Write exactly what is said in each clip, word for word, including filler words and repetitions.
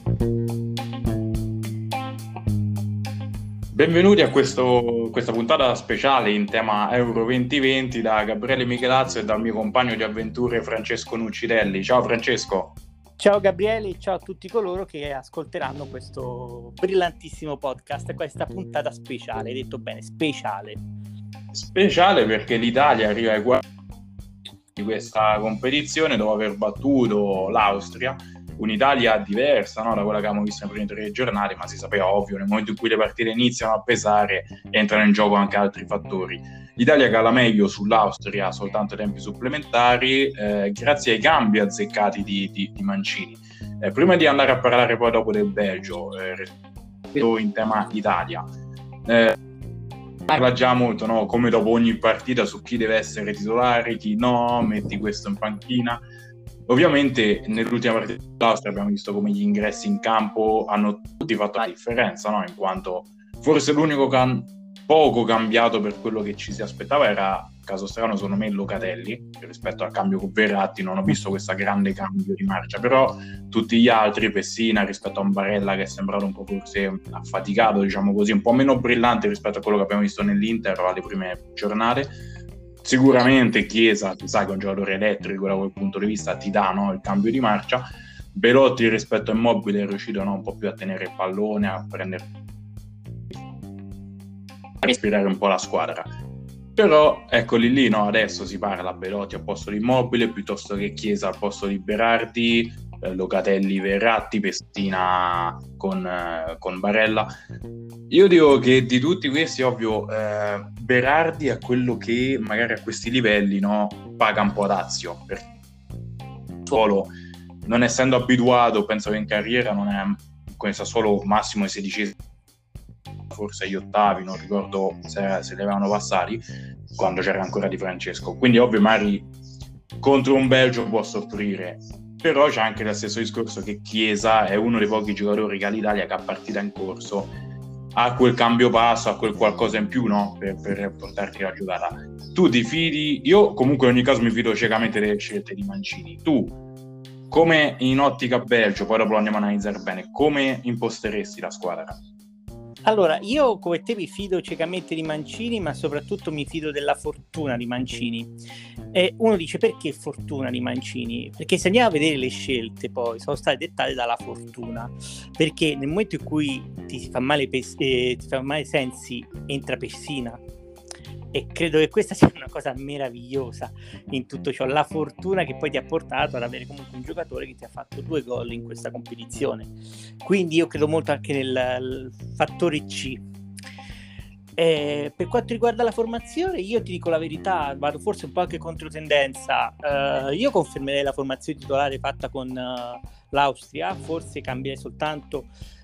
Benvenuti a questo, questa puntata speciale in tema Euro duemilaventi da Gabriele Michelazzo e dal mio compagno di avventure Francesco Nuccidelli. Ciao Francesco. Ciao Gabriele, ciao a tutti coloro che ascolteranno questo brillantissimo podcast, questa puntata speciale, hai detto bene, speciale. Speciale perché l'Italia arriva ai quarti di questa competizione dopo aver battuto l'Austria. Un'Italia diversa, no, da quella che abbiamo visto nei primi tre giornate, ma si sapeva, ovvio, nel momento in cui le partite iniziano a pesare entrano in gioco anche altri fattori. L'Italia cala meglio sull'Austria soltanto ai tempi supplementari eh, grazie ai cambi azzeccati di, di, di Mancini. Eh, prima di andare a parlare poi dopo del Belgio, eh, in tema Italia, eh, parla già molto, no? Come dopo ogni partita su chi deve essere titolare, chi no, metti questo in panchina. Ovviamente nell'ultima partita dell'Austria abbiamo visto come gli ingressi in campo hanno tutti fatto la differenza, no? In quanto forse l'unico che ha poco cambiato per quello che ci si aspettava era, caso strano secondo me, Locatelli, rispetto al cambio con Verratti non ho visto questo grande cambio di marcia, però tutti gli altri, Pessina rispetto a un Barella che è sembrato un po' forse affaticato, diciamo così, un po' meno brillante rispetto a quello che abbiamo visto nell'Inter alle prime giornate. Sicuramente Chiesa, si sa che è un giocatore elettrico da quel punto di vista, ti dà, no, il cambio di marcia. Belotti rispetto a Immobile è riuscito, no, un po' più a tenere il pallone, a prendere, a ispirare un po' la squadra. Però eccoli lì, no, adesso si parla Belotti al posto di Immobile piuttosto che Chiesa al posto di Berardi, eh, Locatelli, Verratti, Pessina con, eh, con Barella. Io dico che di tutti questi, ovvio, eh, Berardi è quello che magari a questi livelli, no, paga un po' dazio, perché solo non essendo abituato, penso che in carriera non è con solo massimo ai sedicesimi, forse agli ottavi, non ricordo se, se li avevano passati quando c'era ancora Di Francesco, quindi ovvio magari contro un Belgio può soffrire, però c'è anche lo stesso discorso che Chiesa è uno dei pochi giocatori che all'Italia che a partita in corso ha quel cambio passo, ha quel qualcosa in più, no? Per, per portarti la giocata. Tu ti fidi, io comunque in ogni caso mi fido ciecamente delle scelte di Mancini. Tu, come in ottica Belgio, poi dopo lo andiamo a analizzare bene, come imposteresti la squadra? Allora, io come te mi fido ciecamente di Mancini, ma soprattutto mi fido della fortuna di Mancini. E uno dice: perché fortuna di Mancini? Perché se andiamo a vedere le scelte poi sono state dettate dalla fortuna, perché nel momento in cui ti si fa male, Pes- eh, ti fa male Sensi, entra Pessina, e credo che questa sia una cosa meravigliosa in tutto ciò, la fortuna che poi ti ha portato ad avere comunque un giocatore che ti ha fatto due gol in questa competizione. Quindi io credo molto anche nel fattore C. Eh, per quanto riguarda la formazione, io ti dico la verità, vado forse un po' anche controtendenza. Eh, io confermerei la formazione titolare fatta con uh, l'Austria, forse cambierei soltanto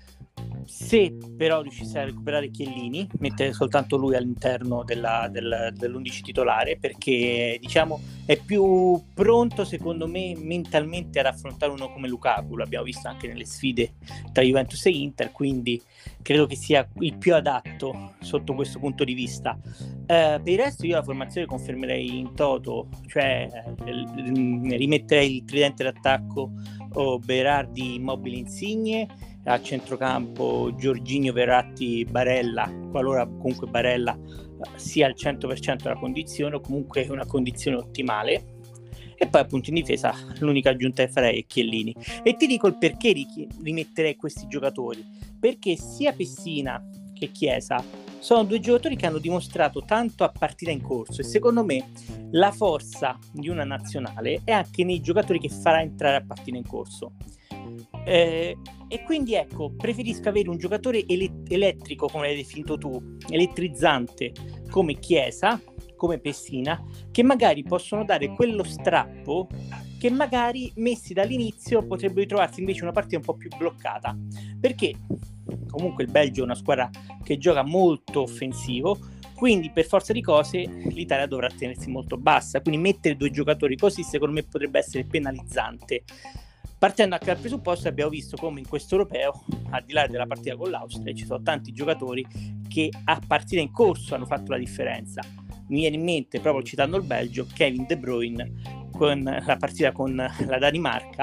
se però riuscisse a recuperare Chiellini, mettere soltanto lui all'interno della, del, dell'undici titolare, perché diciamo è più pronto secondo me mentalmente ad affrontare uno come Lukaku, l'abbiamo visto anche nelle sfide tra Juventus e Inter, quindi credo che sia il più adatto sotto questo punto di vista. Eh, per il resto io la formazione confermerei in toto, cioè eh, rimetterei il tridente d'attacco o Berardi, Immobile, Insigne, a centrocampo Jorginho, Verratti, Barella, qualora comunque Barella sia al cento per cento della condizione o comunque una condizione ottimale, e poi appunto in difesa l'unica aggiunta che farei è Chiellini. E ti dico il perché rimetterei questi giocatori, perché sia Pessina che Chiesa sono due giocatori che hanno dimostrato tanto a partita in corso, e secondo me la forza di una nazionale è anche nei giocatori che farà entrare a partita in corso. Eh, e quindi ecco, preferisco avere un giocatore ele- elettrico, come l'hai definito tu, elettrizzante come Chiesa, come Pessina, che magari possono dare quello strappo che magari messi dall'inizio potrebbero ritrovarsi invece una partita un po' più bloccata, perché comunque il Belgio è una squadra che gioca molto offensivo, quindi per forza di cose l'Italia dovrà tenersi molto bassa, quindi mettere due giocatori così secondo me potrebbe essere penalizzante. Partendo anche dal presupposto che abbiamo visto come in questo europeo, al di là della partita con l'Austria, ci sono tanti giocatori che a partita in corso hanno fatto la differenza. Mi viene in mente, proprio citando il Belgio, Kevin De Bruyne con la partita con la Danimarca,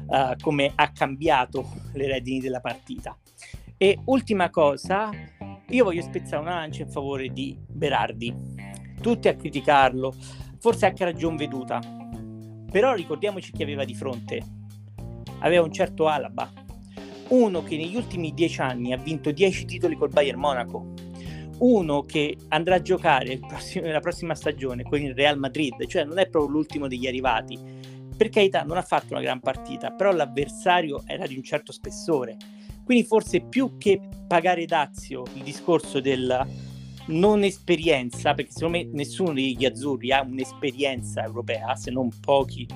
uh, come ha cambiato le redini della partita. E ultima cosa, io voglio spezzare una lancia in favore di Berardi. Tutti a criticarlo, forse anche a ragion veduta, però ricordiamoci chi aveva di fronte. Aveva un certo Alaba, uno che negli ultimi dieci anni ha vinto dieci titoli col Bayern Monaco, uno che andrà a giocare il prossimo, la prossima stagione con il Real Madrid, cioè non è proprio l'ultimo degli arrivati. Per carità, non ha fatto una gran partita, però l'avversario era di un certo spessore. Quindi forse più che pagare dazio il discorso della non esperienza, perché secondo me nessuno degli azzurri ha un'esperienza europea, se non pochi,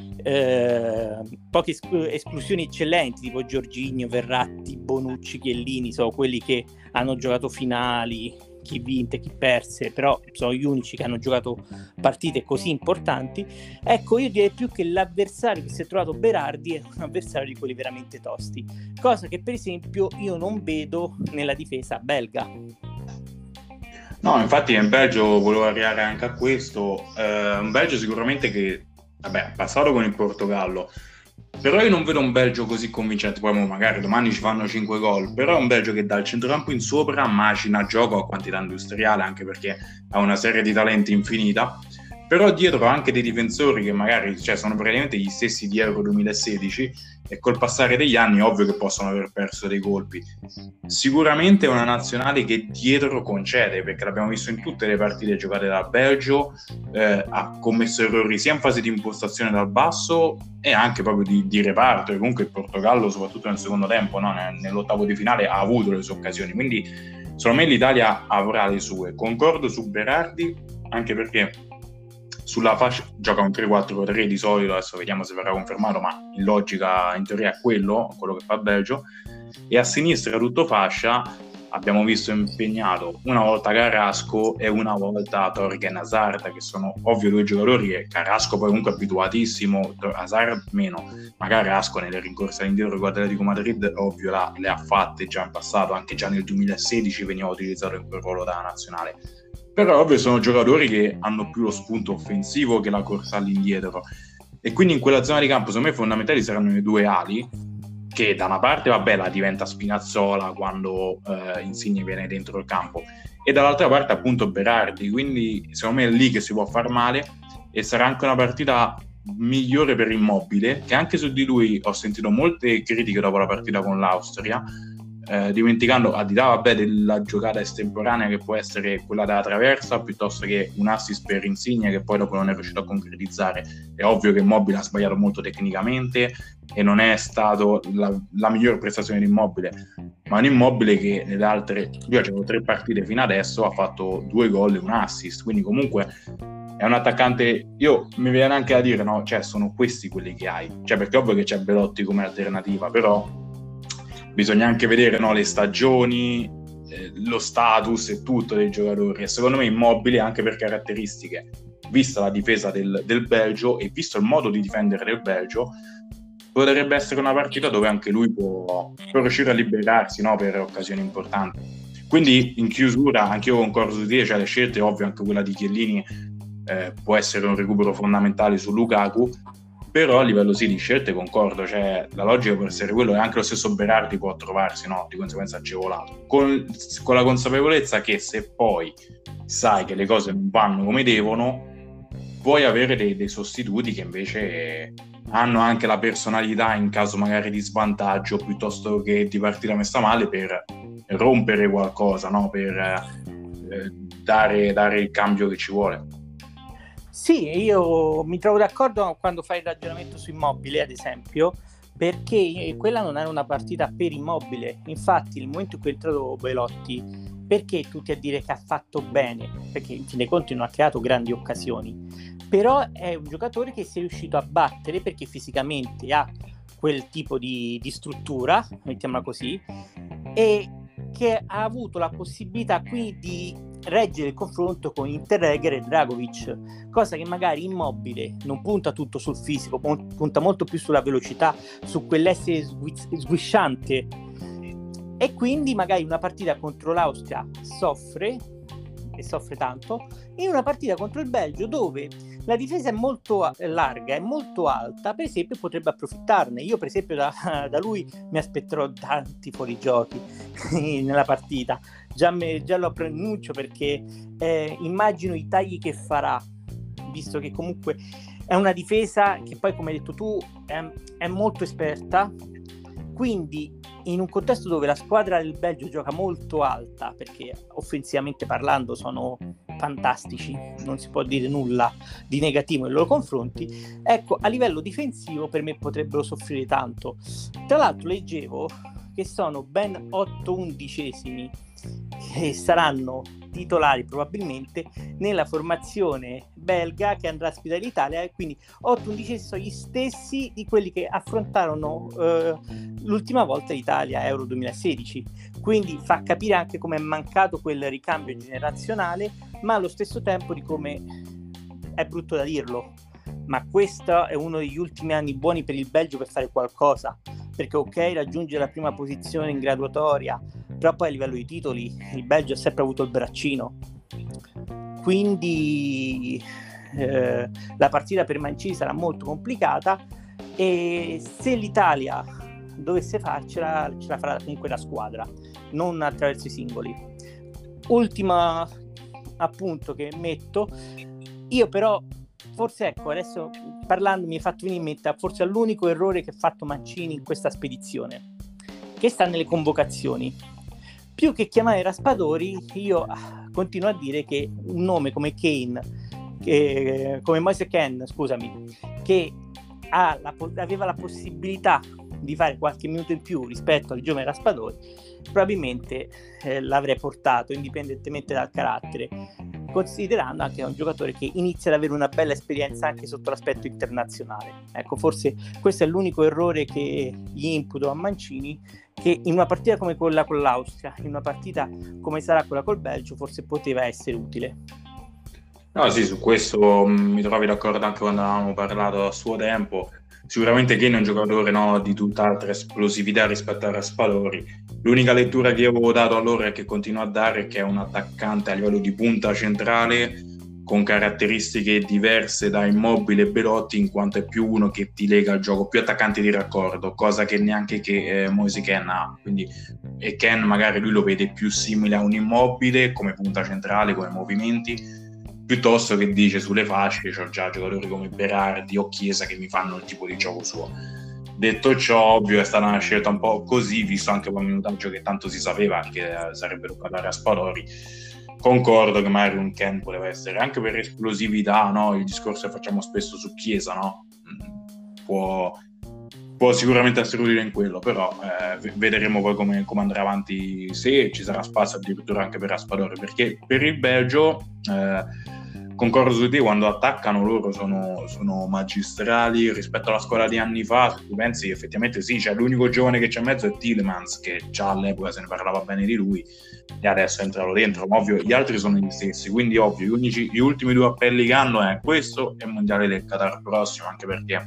eh, poche esclu- esclusioni eccellenti, tipo Jorginho, Verratti, Bonucci, Chiellini, sono quelli che hanno giocato finali, chi vinte, chi perse, però sono gli unici che hanno giocato partite così importanti. Ecco, io direi più che l'avversario che si è trovato Berardi è un avversario di quelli veramente tosti, cosa che per esempio io non vedo nella difesa belga. No, infatti in Belgio volevo arrivare anche a questo, eh, un Belgio sicuramente che, vabbè, ha passato con il Portogallo, però io non vedo un Belgio così convincente. Poi magari domani ci fanno cinque gol, però è un Belgio che dal centrocampo in sopra macina gioco a quantità industriale, anche perché ha una serie di talenti infinita, però dietro anche dei difensori che magari, cioè, sono praticamente gli stessi di Euro duemilasedici, e col passare degli anni è ovvio che possono aver perso dei colpi. Sicuramente è una nazionale che dietro concede, perché l'abbiamo visto in tutte le partite giocate dal Belgio, eh, ha commesso errori sia in fase di impostazione dal basso e anche proprio di, di reparto, e comunque il Portogallo soprattutto nel secondo tempo, no? Nell'ottavo di finale ha avuto le sue occasioni, quindi secondo me l'Italia avrà le sue. Concordo su Berardi, anche perché sulla fascia gioca un tre quattro tre di solito, adesso vediamo se verrà confermato, ma in logica in teoria è quello, quello che fa il Belgio, e a sinistra tutto fascia abbiamo visto impegnato una volta Carrasco e una volta Torgan Hazard, che sono ovvio due giocatori, e Carrasco poi comunque abituatissimo, Hazard meno, ma Carrasco nelle rincorse all'indietro con l'Atletico Madrid ovvio la, le ha fatte già in passato, anche già nel duemilasedici veniva utilizzato in quel ruolo dalla nazionale. Però ovvio sono giocatori che hanno più lo spunto offensivo che la corsa all'indietro, e quindi in quella zona di campo secondo me fondamentali saranno i due ali, che da una parte vabbè la diventa Spinazzola quando eh, Insigne viene dentro il campo, e dall'altra parte appunto Berardi, quindi secondo me è lì che si può far male, e sarà anche una partita migliore per Immobile, che anche su di lui ho sentito molte critiche dopo la partita con l'Austria, Eh, dimenticando al di là vabbè della giocata estemporanea che può essere quella della traversa, piuttosto che un assist per Insigne che poi dopo non è riuscito a concretizzare. È ovvio che Immobile ha sbagliato molto tecnicamente e non è stato la, la miglior prestazione di Immobile, ma un Immobile che nelle altre, lui ha giocato tre partite fino adesso, ha fatto due gol e un assist, quindi comunque è un attaccante. Io mi viene anche da dire, no, cioè sono questi quelli che hai, cioè perché è ovvio che c'è Belotti come alternativa, però bisogna anche vedere, no, le stagioni, eh, lo status e tutto dei giocatori, e secondo me Immobile, anche per caratteristiche, vista la difesa del, del Belgio e visto il modo di difendere del Belgio, potrebbe essere una partita dove anche lui può, può riuscire a liberarsi, no, per occasioni importanti. Quindi in chiusura anche io concordo su di te, cioè le scelte, ovvio anche quella di Chiellini eh, può essere un recupero fondamentale su Lukaku, però a livello sì di scelte concordo, cioè la logica può essere quello, e anche lo stesso Berardi può trovarsi, no, di conseguenza agevolato, con, con la consapevolezza che se poi sai che le cose non vanno come devono, puoi avere dei, dei sostituti che invece hanno anche la personalità in caso magari di svantaggio, piuttosto che di partita messa male, per rompere qualcosa, no, per eh, dare, dare il cambio che ci vuole. Sì, io mi trovo d'accordo quando fai il ragionamento su Immobile, ad esempio, perché quella non era una partita per Immobile. Infatti, il momento in cui è entrato Belotti, perché tutti a dire che ha fatto bene? Perché in fin dei conti non ha creato grandi occasioni, però è un giocatore che si è riuscito a battere perché fisicamente ha quel tipo di, di struttura, mettiamola così, e che ha avuto la possibilità quindi di reggere il confronto con Interregger e Dragovic, cosa che magari Immobile non punta tutto sul fisico, punta molto più sulla velocità, su quell'essere sguisciante, e quindi magari una partita contro l'Austria soffre e soffre tanto, in una partita contro il Belgio dove la difesa è molto larga, è molto alta, per esempio potrebbe approfittarne. Io per esempio da, da lui mi aspetterò tanti fuorigiochi nella partita, già, me, già lo preannuncio, perché eh, immagino i tagli che farà, visto che comunque è una difesa che poi, come hai detto tu, è, è molto esperta, quindi in un contesto dove la squadra del Belgio gioca molto alta, perché offensivamente parlando sono fantastici, non si può dire nulla di negativo nei loro confronti, ecco, a livello difensivo per me potrebbero soffrire tanto. Tra l'altro leggevo che sono ben otto undicesimi che saranno titolari probabilmente nella formazione belga che andrà a sfidare l'Italia, e quindi otto undicesimi sono gli stessi di quelli che affrontarono eh, l'ultima volta l'Italia Euro duemilasedici, quindi fa capire anche come è mancato quel ricambio generazionale, ma allo stesso tempo di come è brutto da dirlo, ma questo è uno degli ultimi anni buoni per il Belgio per fare qualcosa, perché ok, raggiunge la prima posizione in graduatoria, però poi a livello di titoli il Belgio ha sempre avuto il braccino, quindi eh, la partita per Mancini sarà molto complicata, e se l'Italia dovesse farcela, ce la farà comunque la squadra, non attraverso i singoli. Ultimo appunto che metto, io però forse, ecco, adesso parlando mi è fatto venire in mente forse l'unico errore che ha fatto Mancini in questa spedizione, che sta nelle convocazioni. Più che chiamare Raspadori, io continuo a dire che un nome come Kane, che, come Moise Kean, scusami, che ha la, aveva la possibilità di fare qualche minuto in più rispetto al giovane Raspadori, probabilmente eh, l'avrei portato, indipendentemente dal carattere, considerando anche un giocatore che inizia ad avere una bella esperienza anche sotto l'aspetto internazionale. Ecco, forse questo è l'unico errore che gli imputo a Mancini, che in una partita come quella con l'Austria, in una partita come sarà quella col Belgio, forse poteva essere utile. No, sì, su questo mi trovi d'accordo anche quando avevamo parlato a suo tempo. Sicuramente Kane è un giocatore, no, di tutt'altra esplosività rispetto a Raspadori. L'unica lettura che io avevo dato allora e che continuo a dare è che è un attaccante a livello di punta centrale con caratteristiche diverse da Immobile e Belotti, in quanto è più uno che ti lega al gioco, più attaccante di raccordo, cosa che neanche che eh, Moise Kean ha. Quindi, e Kean magari lui lo vede più simile a un Immobile come punta centrale, come movimenti, piuttosto che dice sulle fasce c'ho già giocatori come Berardi o Chiesa che mi fanno il tipo di gioco suo. Detto ciò, ovvio è stata una scelta un po' così, visto anche quel minutaggio che tanto si sapeva che sarebbero parlare a Spadori. Concordo che magari un Kean poteva essere, anche per esplosività, no? Il discorso che facciamo spesso su Chiesa, no? Può, può sicuramente essere utile in quello, però eh, vedremo poi come, come andrà avanti, se ci sarà spazio addirittura anche per Raspadori, perché per il Belgio eh, concordo su te, quando attaccano loro sono, sono magistrali rispetto alla scuola di anni fa. Se tu pensi, effettivamente sì, cioè l'unico giovane che c'è in mezzo è Tielemans, che già all'epoca se ne parlava bene di lui e adesso entrano dentro, ma ovvio gli altri sono gli stessi, quindi ovvio gli, unici, gli ultimi due appelli che hanno è questo e il mondiale del Qatar prossimo, anche perché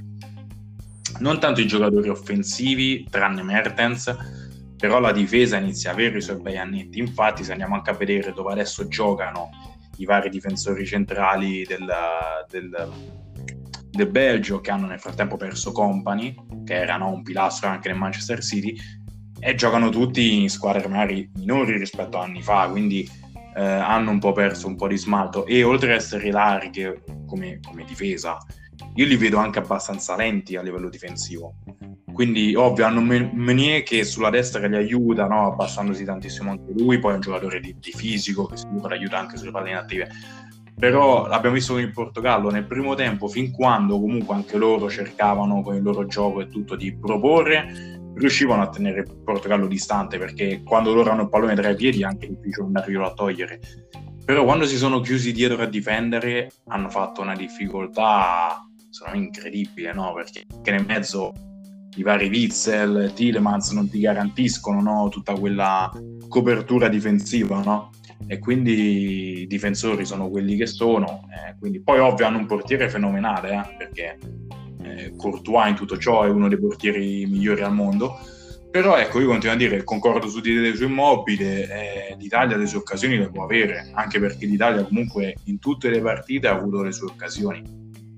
non tanto i giocatori offensivi tranne Mertens, però la difesa inizia a avere i suoi bei annetti. Infatti se andiamo anche a vedere dove adesso giocano i vari difensori centrali del, del, del Belgio, che hanno nel frattempo perso Kompany, che era, no, un pilastro anche nel Manchester City, e giocano tutti in squadre magari minori rispetto a anni fa, quindi eh, hanno un po' perso un po' di smalto, e oltre ad essere larghe come, come difesa, io li vedo anche abbastanza lenti a livello difensivo. Quindi ovvio hanno Meunier che sulla destra li aiuta, no? Abbassandosi tantissimo anche lui, poi è un giocatore di, di fisico che sicuro aiuta anche sulle palle inattive. Però l'abbiamo visto con il Portogallo nel primo tempo, fin quando comunque anche loro cercavano con il loro gioco e tutto di proporre, riuscivano a tenere il Portogallo distante, perché quando loro hanno il pallone tra i piedi è anche difficile andarglielo a togliere. Però quando si sono chiusi dietro a difendere hanno fatto una difficoltà secondo me incredibile, no? Perché anche nel mezzo i vari Witsel, Tielemans non ti garantiscono, no, tutta quella copertura difensiva, no? E quindi i difensori sono quelli che sono, eh, quindi poi ovvio hanno un portiere fenomenale, eh, perché eh, Courtois in tutto ciò è uno dei portieri migliori al mondo. Però ecco, io continuo a dire, concordo su di te, su Immobile, eh, l'Italia le sue occasioni le può avere, anche perché l'Italia comunque in tutte le partite ha avuto le sue occasioni.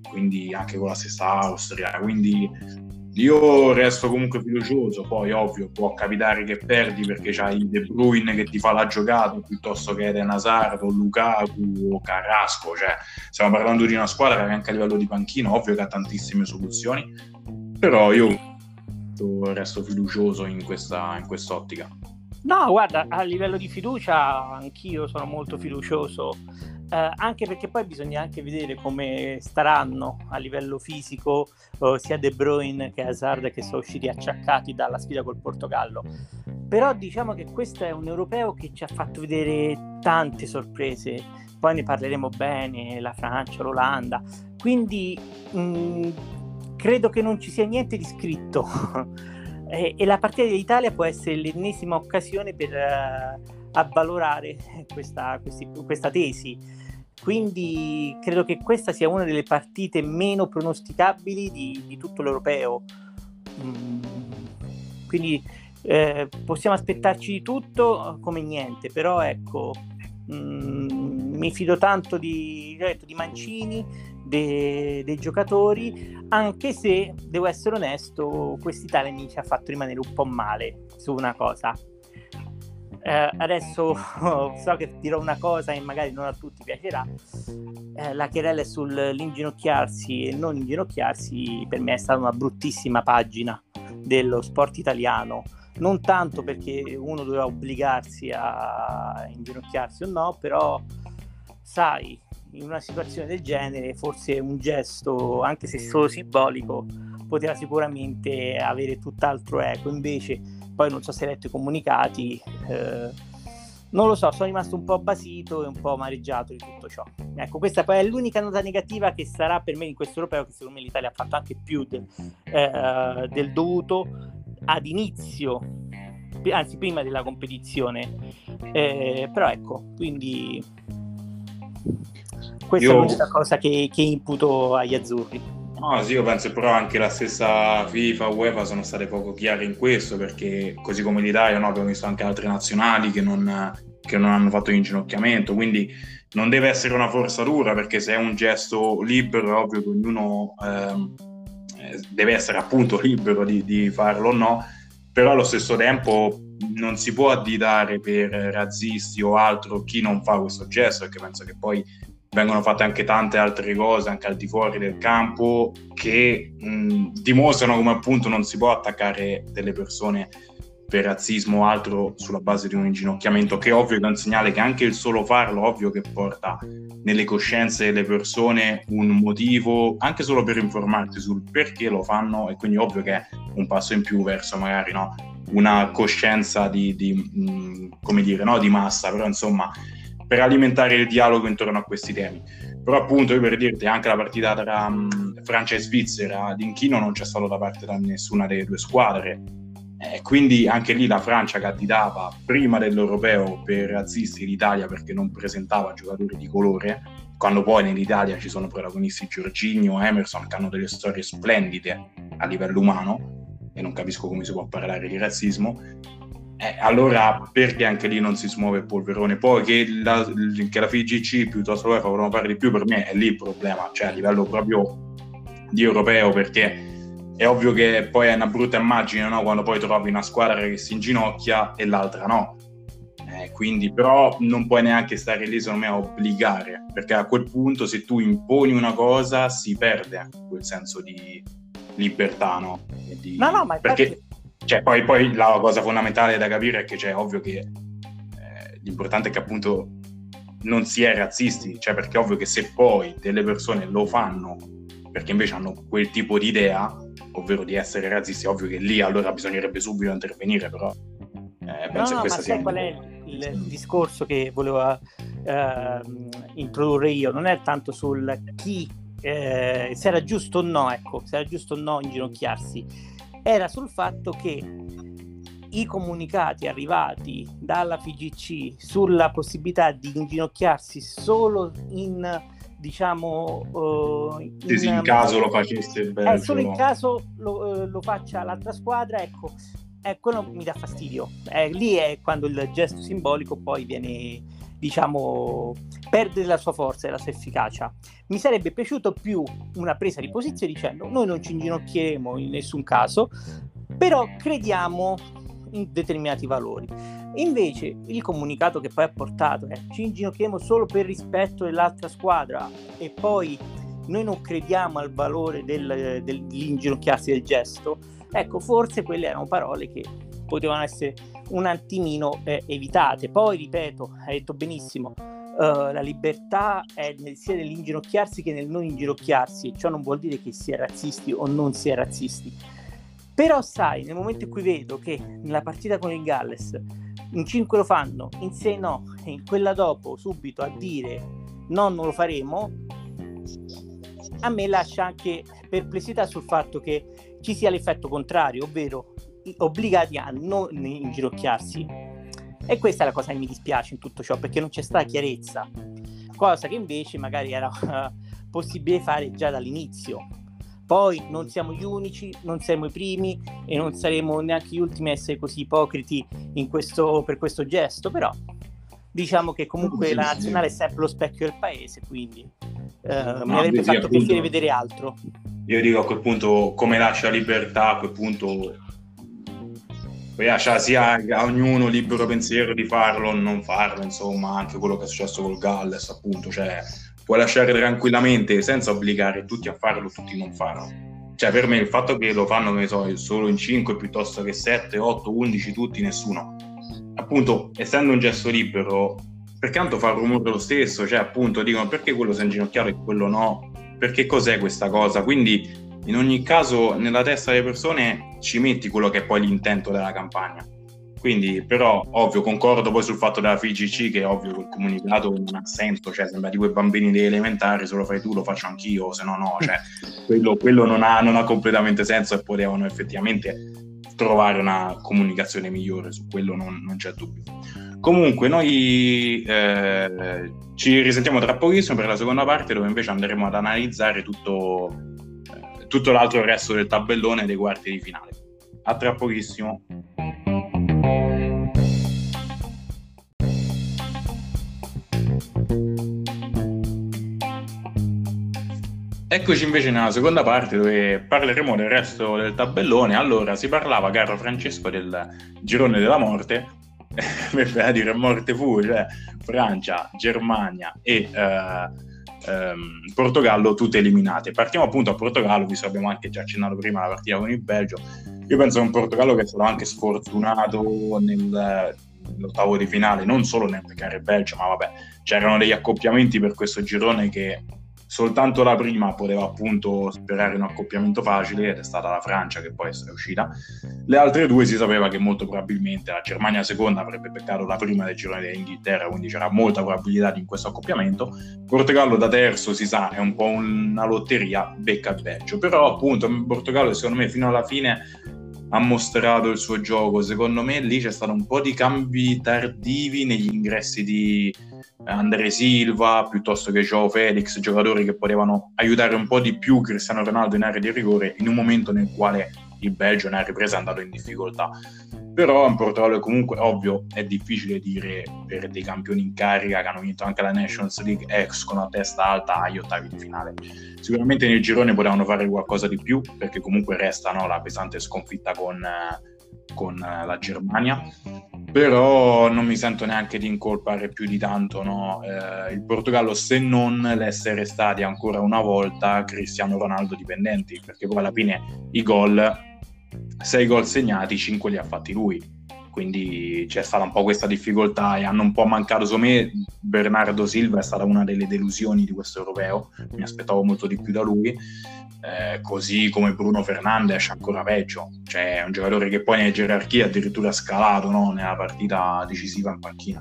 quindi anche con la stessa Austria, quindi io resto comunque fiducioso. Poi ovvio può capitare che perdi perché c'hai De Bruyne che ti fa la giocata piuttosto che Eden Hazard o Lukaku o Carrasco, cioè stiamo parlando di una squadra che anche a livello di panchina ovvio che ha tantissime soluzioni, però io resto fiducioso in questa in quest'ottica. No, guarda, a livello di fiducia anch'io sono molto fiducioso, eh, anche perché poi bisogna anche vedere come staranno a livello fisico eh, sia De Bruyne che Hazard, che sono usciti acciaccati dalla sfida col Portogallo. Però diciamo che questo è un europeo che ci ha fatto vedere tante sorprese, poi ne parleremo bene, la Francia, l'Olanda, quindi mh, credo che non ci sia niente di scritto. E, e la partita dell'Italia può essere l'ennesima occasione per uh, avvalorare questa, questi, questa tesi, quindi credo che questa sia una delle partite meno pronosticabili di, di tutto l'europeo. Mm. Quindi eh, possiamo aspettarci di tutto come niente, però ecco, mm, mi fido tanto di, di Mancini, dei, dei giocatori, anche se devo essere onesto, quest'Italia mi ci ha fatto rimanere un po' male su una cosa. Eh, adesso so che dirò una cosa e magari non a tutti piacerà. Eh, la querela sull'inginocchiarsi e non inginocchiarsi per me è stata una bruttissima pagina dello sport italiano, non tanto perché uno doveva obbligarsi a inginocchiarsi o no, però sai, in una situazione del genere forse un gesto, anche se solo simbolico, poteva sicuramente avere tutt'altro eco. Invece poi non so se hai letto i comunicati, eh, non lo so, sono rimasto un po' basito e un po' amareggiato di tutto ciò. Ecco, questa poi è l'unica nota negativa che sarà per me in questo europeo, che secondo me l'Italia ha fatto anche più del, eh, del dovuto ad inizio, anzi prima della competizione, eh, però ecco, quindi questa io... è l'unica cosa che, che imputo agli azzurri. No, sì, io penso però anche la stessa FIFA, UEFA sono state poco chiare in questo, perché così come l'Italia, no, abbiamo visto anche altre nazionali che non, che non hanno fatto l'inginocchiamento, quindi non deve essere una forzatura, perché se è un gesto libero è ovvio che ognuno ehm, deve essere appunto libero di, di farlo o no, però allo stesso tempo non si può additare per razzisti o altro chi non fa questo gesto, perché penso che poi vengono fatte anche tante altre cose anche al di fuori del campo che mh, dimostrano come appunto non si può attaccare delle persone per razzismo o altro sulla base di un inginocchiamento, che è ovvio che è un segnale che anche il solo farlo ovvio che porta nelle coscienze delle persone un motivo anche solo per informarsi sul perché lo fanno, e quindi ovvio che è un passo in più verso magari no una coscienza di, di mh, come dire no di massa, però insomma per alimentare il dialogo intorno a questi temi. Però appunto io per dirti anche la partita tra um, Francia e Svizzera d'inchino non c'è stato da parte da nessuna delle due squadre, eh, quindi anche lì la Francia candidava prima dell'europeo per razzisti l'Italia perché non presentava giocatori di colore, quando poi nell'Italia ci sono protagonisti Jorginho, Emerson, che hanno delle storie splendide a livello umano, e non capisco come si può parlare di razzismo. Eh, allora perché anche lì non si smuove il polverone? Poi che la, che la F I G C piuttosto che volevano fare di più, per me è lì il problema, cioè a livello proprio di europeo, perché è ovvio che poi è una brutta immagine, no? Quando poi trovi una squadra che si inginocchia e l'altra no, eh, quindi però non puoi neanche stare lì secondo me a obbligare, perché a quel punto se tu imponi una cosa si perde quel senso di libertà, no? E di... no no ma infatti... perché Cioè, poi, poi la cosa fondamentale da capire è che c'è ovvio che eh, l'importante è che appunto non si è razzisti, cioè perché è ovvio che se poi delle persone lo fanno perché invece hanno quel tipo di idea, ovvero di essere razzisti, è ovvio che lì allora bisognerebbe subito intervenire, però eh, penso no, che no, questa ma sia sai qual è il, il discorso che volevo eh, introdurre io? Non è tanto sul chi, eh, se era giusto o no, ecco, se era giusto o no inginocchiarsi, era sul fatto che i comunicati arrivati dalla F I G C sulla possibilità di inginocchiarsi solo in, diciamo, uh, in, sì, sì, in caso lo facesse il Belgio, eh, solo in caso lo, lo faccia l'altra squadra, ecco, eh, quello mi dà fastidio. Eh, lì è quando il gesto simbolico poi viene, diciamo, perde la sua forza e la sua efficacia. Mi sarebbe piaciuto più una presa di posizione dicendo: noi non ci inginocchieremo in nessun caso, però crediamo in determinati valori. Invece il comunicato che poi ha portato è: ci inginocchieremo solo per rispetto dell'altra squadra, e poi noi non crediamo al valore del, dell'inginocchiarsi del gesto. Ecco, forse quelle erano parole che potevano essere un attimino eh, evitate. Poi ripeto, hai detto benissimo, uh, la libertà è nel, sia nell'inginocchiarsi che nel non inginocchiarsi. Ciò non vuol dire che si è razzisti o non si è razzisti, però sai, nel momento in cui vedo che nella partita con il Galles in cinque lo fanno, in sei no, e in quella dopo subito a dire no, non lo faremo, a me lascia anche perplessità sul fatto che ci sia l'effetto contrario, ovvero obbligati a non inginocchiarsi. E questa è la cosa che mi dispiace in tutto ciò, perché non c'è stata chiarezza, cosa che invece magari era uh, possibile fare già dall'inizio. Poi non siamo gli unici, non siamo i primi e non saremo neanche gli ultimi a essere così ipocriti in questo, per questo gesto, però diciamo che comunque la nazionale è sempre lo specchio del paese, quindi eh, no, mi avrebbe fatto appunto piacere vedere altro. Io dico, a quel punto, come lascia libertà, a quel punto poi lascia sia a ognuno libero pensiero di farlo o non farlo, insomma, anche quello che è successo col Galles, appunto, cioè puoi lasciare tranquillamente senza obbligare tutti a farlo, tutti a non farlo. Cioè, per me il fatto che lo fanno, che ne so, solo in cinque piuttosto che sette, otto, undici, tutti, nessuno, appunto, essendo un gesto libero, perché tanto fa rumore lo stesso, cioè appunto dicono perché quello si è inginocchiato e quello no, perché cos'è questa cosa? Quindi in ogni caso nella testa delle persone ci metti quello che è poi l'intento della campagna. Quindi, però, ovvio, concordo poi sul fatto della F I G C, che è ovvio che il comunicato non ha senso, cioè sembra di quei bambini degli elementari, se lo fai tu lo faccio anch'io, se no no, cioè quello, quello non, ha, non ha completamente senso, e potevano effettivamente trovare una comunicazione migliore, su quello non, non c'è dubbio. Comunque noi eh, ci risentiamo tra pochissimo per la seconda parte, dove invece andremo ad analizzare tutto, eh, tutto l'altro resto del tabellone dei quarti di finale. A tra pochissimo. Eccoci invece nella seconda parte, dove parleremo del resto del tabellone. Allora, si parlava, caro Francesco, del girone della morte, per dire morte fu, cioè Francia, Germania e uh, um, Portogallo tutte eliminate. Partiamo appunto a Portogallo, visto che abbiamo anche già accennato prima la partita con il Belgio. Io penso che un Portogallo che è stato anche sfortunato nel, nell'ottavo di finale, non solo nel beccare il Belgio, ma vabbè, c'erano degli accoppiamenti per questo girone che soltanto la prima poteva appunto sperare un accoppiamento facile, ed è stata la Francia che poi è uscita. Le altre due si sapeva che molto probabilmente la Germania seconda avrebbe beccato la prima del girone dell'Inghilterra, quindi c'era molta probabilità in questo accoppiamento. Portogallo da terzo, si sa, è un po' una lotteria, becca il Belgio, però appunto Portogallo secondo me fino alla fine ha mostrato il suo gioco. Secondo me lì c'è stato un po' di cambi tardivi negli ingressi di André Silva piuttosto che João Felix, giocatori che potevano aiutare un po' di più Cristiano Ronaldo in area di rigore in un momento nel quale il Belgio nella ripresa è andato in difficoltà. Però in Portogallo comunque, ovvio, è difficile dire per dei campioni in carica che hanno vinto anche la Nations League, escono a testa alta agli ottavi di finale. Sicuramente nel girone potevano fare qualcosa di più, perché comunque resta, no, la pesante sconfitta con, con la Germania, però non mi sento neanche di incolpare più di tanto, no, eh, il Portogallo, se non l'essere stati ancora una volta Cristiano Ronaldo dipendenti, perché poi alla fine i gol, sei gol segnati, cinque li ha fatti lui, quindi c'è stata un po' questa difficoltà e hanno un po' mancato. Secondo me Bernardo Silva è stata una delle delusioni di questo europeo, mi aspettavo molto di più da lui, eh, così come Bruno Fernandes, ancora peggio, cioè è un giocatore che poi nelle gerarchie addirittura ha scalato, no, nella partita decisiva in panchina.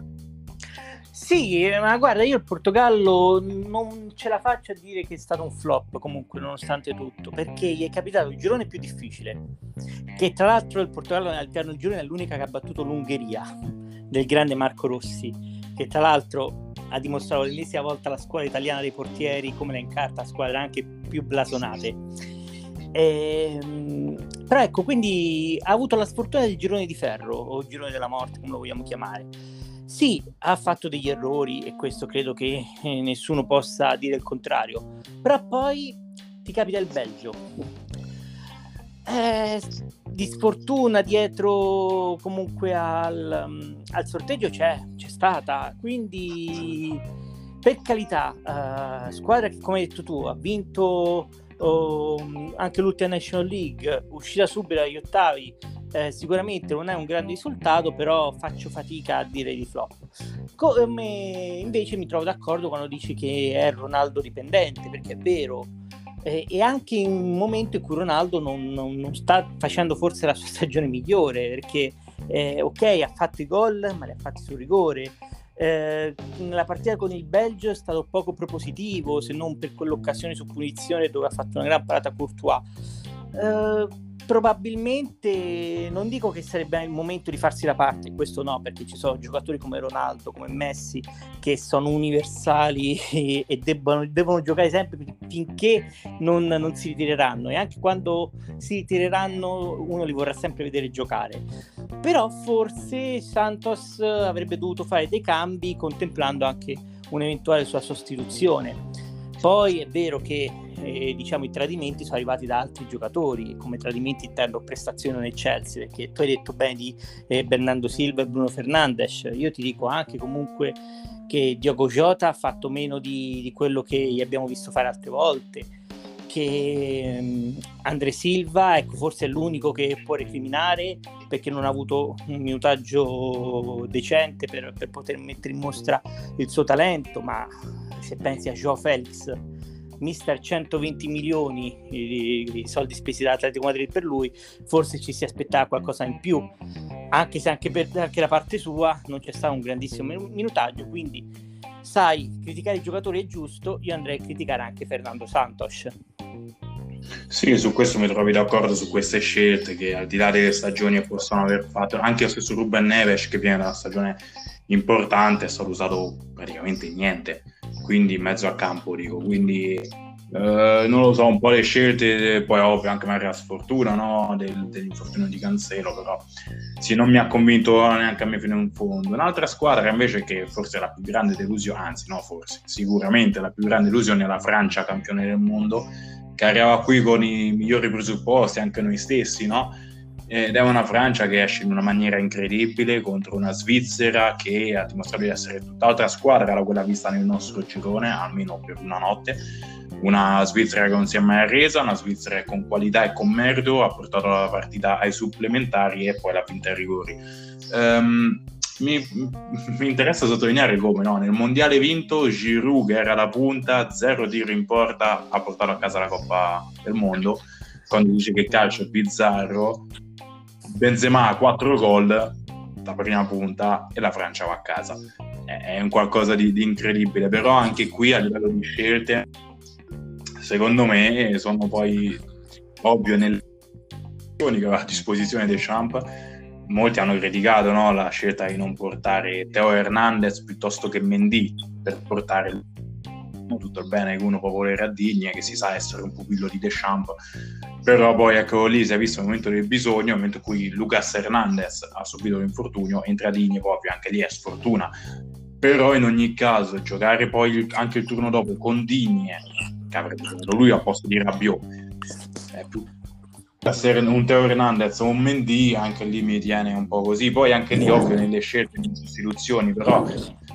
Sì, ma guarda, io il Portogallo non ce la faccio a dire che è stato un flop comunque, nonostante tutto, perché gli è capitato il girone più difficile, che tra l'altro il Portogallo nel piano girone è l'unica che ha battuto l'Ungheria del grande Marco Rossi, che tra l'altro ha dimostrato l'ennesima volta la scuola italiana dei portieri come la incarta squadre anche più blasonate. E, però ecco, quindi ha avuto la sfortuna del girone di ferro o girone della morte, come lo vogliamo chiamare. Sì, ha fatto degli errori e questo credo che eh, nessuno possa dire il contrario, però poi ti capita il Belgio. Eh, di sfortuna dietro comunque al, um, al sorteggio c'è, c'è stata, quindi per carità, uh, squadra che come hai detto tu ha vinto uh, anche l'ultima National League, uscita subito dagli ottavi, eh, sicuramente non è un grande risultato, però faccio fatica a dire di flop. Come invece mi trovo d'accordo quando dici che è Ronaldo dipendente, perché è vero, eh, e anche in un momento in cui Ronaldo non, non, non sta facendo forse la sua stagione migliore, perché eh, ok, ha fatto i gol ma li ha fatti sul rigore. Eh, la partita con il Belgio è stato poco propositivo, se non per quell'occasione su punizione dove ha fatto una gran parata Courtois. Eh, probabilmente non dico che sarebbe il momento di farsi da parte, questo no, perché ci sono giocatori come Ronaldo, come Messi che sono universali e, e debbono, devono giocare sempre finché non, non si ritireranno, e anche quando si ritireranno uno li vorrà sempre vedere giocare. Però forse Santos avrebbe dovuto fare dei cambi contemplando anche un'eventuale sua sostituzione. Poi è vero che eh, diciamo i tradimenti sono arrivati da altri giocatori, come tradimenti intendo prestazioni nel Chelsea, perché tu hai detto bene di eh, Bernardo Silva e Bruno Fernandes, io ti dico anche comunque che Diogo Jota ha fatto meno di, di quello che gli abbiamo visto fare altre volte, che um, André Silva ecco forse è l'unico che può recriminare perché non ha avuto un minutaggio decente per, per poter mettere in mostra il suo talento, ma se pensi a Joao Felix, mister centoventi milioni i, i soldi spesi dall'Atletico Madrid per lui, forse ci si aspettava qualcosa in più, anche se anche per anche da parte sua non c'è stato un grandissimo minutaggio. Quindi sai, criticare i giocatori è giusto, io andrei a criticare anche Fernando Santos. Sì, su questo mi trovi d'accordo, su queste scelte che al di là delle stagioni che possono aver fatto, anche lo stesso Ruben Neves che viene da una stagione importante è stato usato praticamente niente, quindi in mezzo a campo dico, quindi eh, non lo so, un po' le scelte, poi ovvio anche magari la sfortuna, no? Del, dell'infortunio di Cancelo, però sì, non mi ha convinto neanche a me fino in fondo. Un'altra squadra invece che forse è la più grande delusione, anzi no forse, sicuramente la più grande delusione è la Francia, campione del mondo, che arriva qui con i migliori presupposti, anche noi stessi, no? Ed è una Francia che esce in una maniera incredibile contro una Svizzera che ha dimostrato di essere tutt'altra squadra da quella vista nel nostro girone, almeno per una notte. Una Svizzera che non si è mai arresa, una Svizzera che con qualità e con merito ha portato la partita ai supplementari e poi l'ha vinta ai rigori. Um, mi, mi interessa sottolineare come no, nel mondiale vinto Giroud, che era la punta, zero tiro in porta, ha portato a casa la Coppa del Mondo. Quando dice che il calcio è bizzarro, Benzema ha quattro gol da prima punta e la Francia va a casa. È un qualcosa di, di incredibile, però anche qui a livello di scelte secondo me sono poi ovvio nelle opzioni che aveva a disposizione Deschamps. Molti hanno criticato, no, la scelta di non portare Theo Hernandez piuttosto che Mendy per portare tutto il bene che uno può volere a Digne, che si sa essere un pupillo di Deschamps, però poi ecco lì si è visto il momento del bisogno, il momento in cui Lucas Hernandez ha subito l'infortunio, entra Digne, proprio anche lì è sfortuna, però in ogni caso giocare poi anche il turno dopo con Digne, che avrebbe giocato lui al posto di Rabiot, è più un Theo Hernandez o un Mendy, anche lì mi tiene un po' così. Poi anche lì ovvio nelle scelte di sostituzioni, però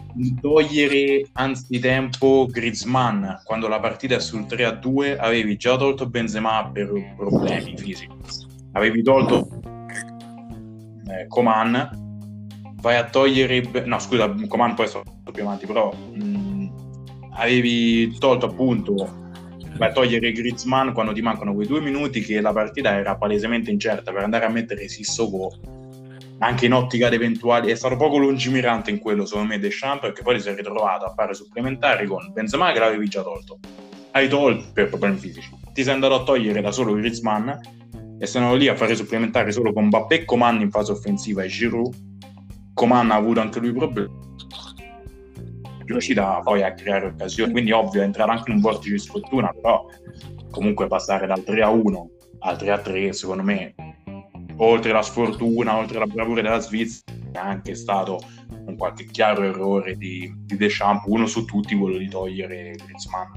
togliere anzitempo Griezmann quando la partita è sul tre a due, avevi già tolto Benzema per problemi fisici, avevi tolto eh, Coman, vai a togliere no scusa Coman poi sono più avanti, però mh, avevi tolto appunto vai a togliere Griezmann quando ti mancano quei due minuti che la partita era palesemente incerta, per andare a mettere Sissoko anche in ottica di eventuali, è stato poco lungimirante in quello secondo me Deschamps, perché poi si è ritrovato a fare supplementari con Benzema che l'avevi già tolto, hai tolto per problemi fisici, ti sei andato a togliere da solo Griezmann e sono lì a fare supplementari solo con Mbappé, Coman in fase offensiva e Giroud. Coman ha avuto anche lui problemi, riuscita poi a creare occasioni, quindi ovvio è entrato anche in un vortice di sfortuna, però comunque passare dal tre a uno al tre a tre secondo me, oltre la sfortuna, oltre la bravura della Svizzera, è anche stato un qualche chiaro errore di, di Deschamps, uno su tutti quello di togliere Griezmann.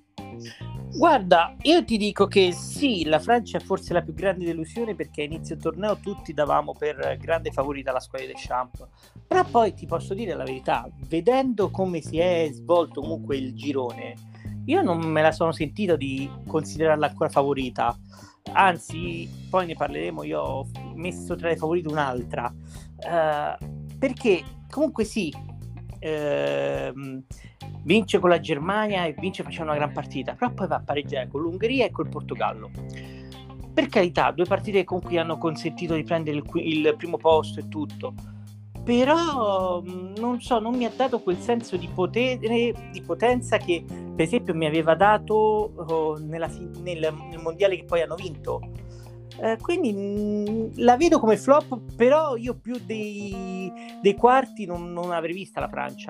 Guarda, io ti dico che sì, la Francia è forse la più grande delusione, perché a inizio torneo tutti davamo per grande favorita la squadra di Deschamps, però poi ti posso dire la verità, vedendo come si è svolto comunque il girone, io non me la sono sentito di considerarla ancora favorita, anzi poi ne parleremo, io ho messo tra le favorite un'altra, uh, perché comunque sì, uh, vince con la Germania e vince facendo una gran partita, però poi va a pareggiare con l'Ungheria e col Portogallo. Per carità, due partite con cui hanno consentito di prendere il, il primo posto e tutto, però non so, non mi ha dato quel senso di potere, di potenza che per esempio mi aveva dato oh, nella, nel, nel mondiale che poi hanno vinto. Eh, quindi mh, la vedo come flop, però io più dei, dei quarti non, non avrei vista la Francia.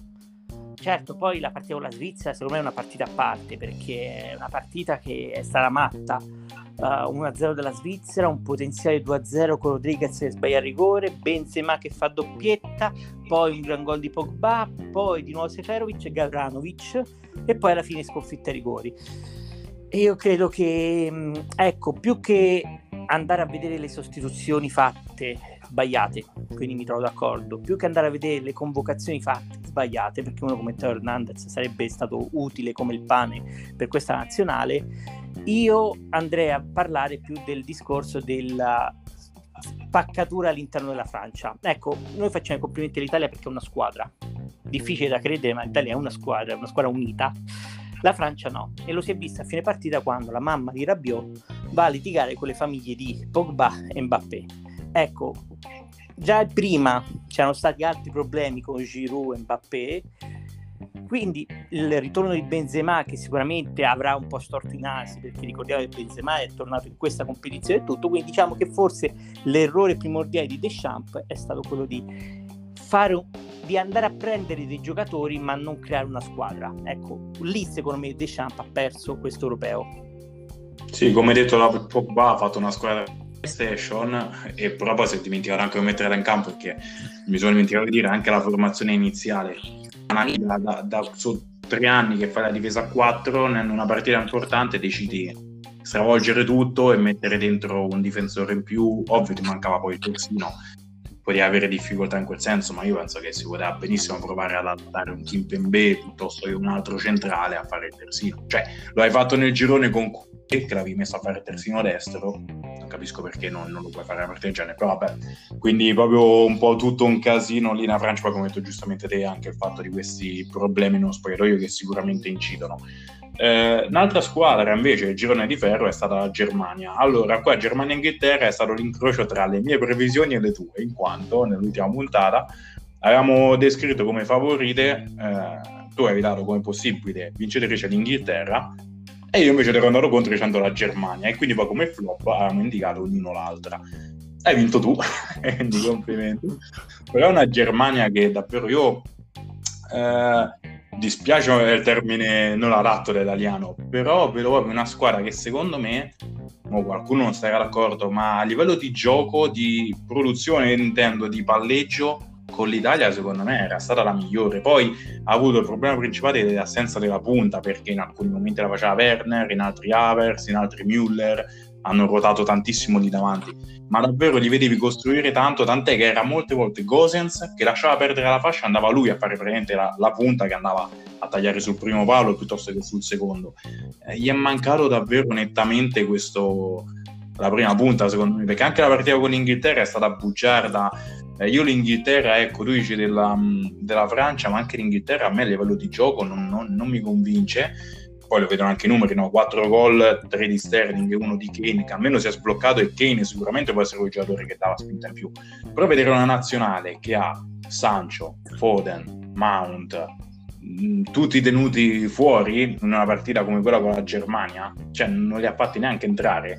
Certo, poi la partita con la Svizzera secondo me è una partita a parte, perché è una partita che è stata matta. Uh, uno a zero della Svizzera, un potenziale due a zero con Rodriguez che sbaglia il rigore, Benzema che fa doppietta, poi un gran gol di Pogba, poi di nuovo Seferovic e Gavranovic, e poi alla fine sconfitta ai rigori. E io credo che, ecco, più che andare a vedere le sostituzioni fatte sbagliate, quindi mi trovo d'accordo, più che andare a vedere le convocazioni fatte sbagliate, perché uno come Teo Hernandez sarebbe stato utile come il pane per questa nazionale, io andrei a parlare più del discorso della spaccatura all'interno della Francia. Ecco, noi facciamo i complimenti all'Italia perché è una squadra, difficile da credere, ma l'Italia è una squadra, è una squadra unita. La Francia no, e lo si è visto a fine partita quando la mamma di Rabiot va a litigare con le famiglie di Pogba e Mbappé. Ecco, già prima c'erano stati altri problemi con Giroud e Mbappé, quindi il ritorno di Benzema, che sicuramente avrà un po' storto i nasi, perché ricordiamo che Benzema è tornato in questa competizione e tutto, quindi diciamo che forse l'errore primordiale di Deschamps è stato quello di fare un, di andare a prendere dei giocatori ma non creare una squadra. Ecco, lì secondo me Deschamps ha perso questo europeo. Sì, come detto, la Pogba ha fatto una squadra PlayStation, e però poi si è dimenticato anche di metterla in campo, perché mi sono dimenticato di dire anche la formazione iniziale. Da, da, da so, tre anni che fai la difesa a quattro, in una partita importante decidi stravolgere tutto e mettere dentro un difensore in più. Ovvio ti mancava poi il terzino, potevi avere difficoltà in quel senso, ma io penso che si poteva benissimo provare ad adattare un Kimpembe piuttosto che un altro centrale a fare il terzino. Cioè, lo hai fatto nel girone con che l'avevi messo a fare il terzino destro, non capisco perché non, non lo puoi fare a partita del genere, però vabbè. Quindi proprio un po' tutto un casino lì in Francia, poi come hai detto giustamente te, anche il fatto di questi problemi nello spogliatoio che sicuramente incidono. Eh, un'altra squadra invece, il girone di ferro, è stata la Germania. Allora, qua Germania e Inghilterra è stato l'incrocio tra le mie previsioni e le tue, in quanto nell'ultima puntata avevamo descritto come favorite, eh, tu avevi dato come possibile vincitrice l'Inghilterra e io invece ti ero andato contro dicendo la Germania, e quindi poi come flop avevamo indicato ognuno l'altra. Hai vinto tu, quindi complimenti. Però è una Germania che davvero io eh, dispiace il termine non adatto dell'italiano, però vedo proprio una squadra che secondo me, oh, qualcuno non starà d'accordo, ma a livello di gioco, di produzione, intendo, di palleggio, con l'Italia secondo me era stata la migliore. Poi ha avuto il problema principale dell'assenza della punta, perché in alcuni momenti la faceva Werner, in altri Havertz, in altri Müller, hanno ruotato tantissimo lì davanti, ma davvero li vedevi costruire tanto, tant'è che era molte volte Gosens che lasciava perdere la fascia, andava lui a fare praticamente la, la punta, che andava a tagliare sul primo palo piuttosto che sul secondo. Eh, gli è mancato davvero nettamente questo, la prima punta secondo me, perché anche la partita con l'Inghilterra è stata bugiarda. Eh, io l'Inghilterra, ecco, tu dici della, della Francia, ma anche l'Inghilterra a me a livello di gioco non, non, non mi convince. Poi lo vedono anche i numeri, no? quattro gol, tre di Sterling e uno di Kane, che almeno si è sbloccato, e Kane sicuramente può essere quel giocatore che dava spinta in più. Però vedere una nazionale che ha Sancho, Foden, Mount, mh, tutti tenuti fuori in una partita come quella con la Germania, cioè non li ha fatti neanche entrare,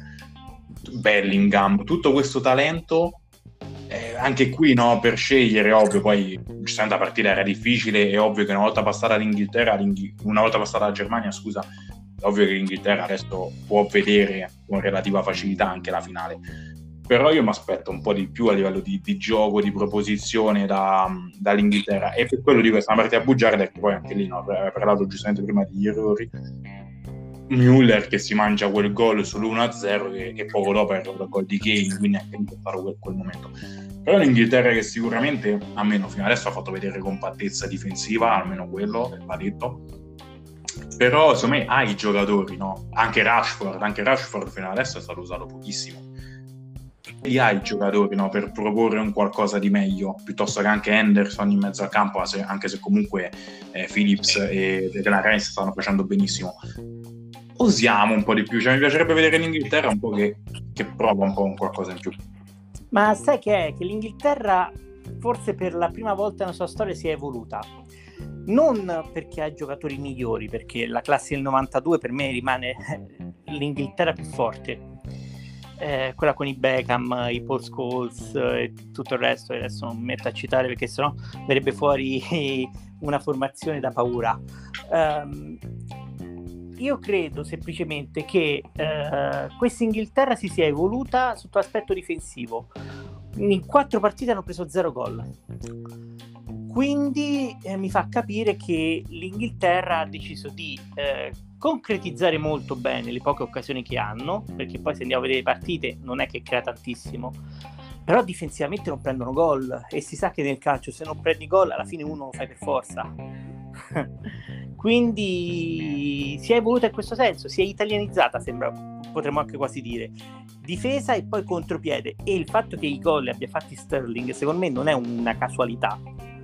Bellingham, tutto questo talento, eh, anche qui no, per scegliere, ovvio, poi giustamente la partita era difficile, è ovvio che una volta passata l'Inghilterra, una volta passata la Germania, scusa, è ovvio che l'Inghilterra adesso può vedere con relativa facilità anche la finale. però io mi aspetto un po' di più a livello di, di gioco, di proposizione da, dall'Inghilterra, e per quello dico questa partita bugiarda, che poi anche lì no, aveva parlato giustamente prima degli errori. Müller che si mangia quel gol sull'uno a zero e, e poco dopo era il gol di Kane, quindi anche lì è quel, quel momento. Però l'Inghilterra che sicuramente, almeno fino adesso, ha fatto vedere compattezza difensiva, almeno quello va detto. Però secondo me ha i giocatori, no? Anche Rashford, anche Rashford fino adesso è stato usato pochissimo. Li ha i giocatori, no? Per proporre un qualcosa di meglio, piuttosto che anche Henderson in mezzo al campo, anche se comunque eh, Phillips e Declan Rice stanno facendo benissimo. Osiamo un po' di più, cioè mi piacerebbe vedere l'Inghilterra un po' che, che prova un po' un qualcosa in più. Ma sai che è? Che l'Inghilterra forse per la prima volta nella sua storia si è evoluta, non perché ha giocatori migliori, perché la classe del novantadue per me rimane l'Inghilterra più forte, eh, quella con i Beckham, i Paul Scholes e tutto il resto, adesso non mi metto a citare perché sennò verrebbe fuori una formazione da paura. Um, io credo semplicemente che eh, questa Inghilterra si sia evoluta sotto l'aspetto difensivo. In quattro partite hanno preso zero gol, quindi eh, mi fa capire che l'Inghilterra ha deciso di eh, concretizzare molto bene le poche occasioni che hanno, perché poi se andiamo a vedere le partite non è che crea tantissimo, però difensivamente non prendono gol, e si sa che nel calcio se non prendi gol alla fine uno lo fai per forza. Quindi si è evoluta in questo senso, si è italianizzata, sembra, potremmo anche quasi dire, difesa e poi contropiede, e il fatto che i gol li abbia fatti Sterling secondo me non è una casualità.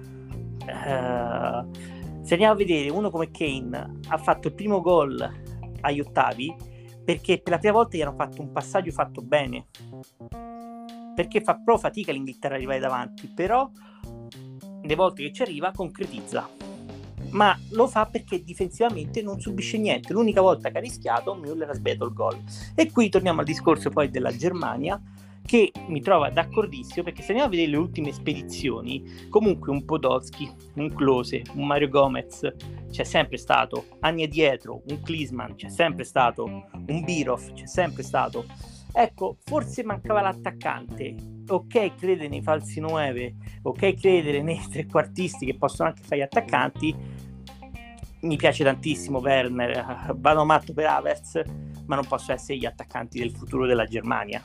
Uh, se andiamo a vedere, uno come Kane ha fatto il primo gol agli ottavi perché per la prima volta gli hanno fatto un passaggio fatto bene, perché fa pro fatica l'Inghilterra arrivare davanti, però le volte che ci arriva concretizza, ma lo fa perché difensivamente non subisce niente. L'unica volta che ha rischiato, Müller ha sbagliato il gol. E qui torniamo al discorso poi della Germania, che mi trova d'accordissimo, perché se andiamo a vedere le ultime spedizioni, comunque un Podolski, un Klose, un Mario Gomez c'è sempre stato, anni addietro un Klinsmann c'è sempre stato, un Birov c'è sempre stato. Ecco, forse mancava l'attaccante. Ok, credere nei falsi nove, ok, credere nei trequartisti che possono anche fare gli attaccanti. Mi piace tantissimo Werner, vado matto per Havertz, ma non possono essere gli attaccanti del futuro della Germania.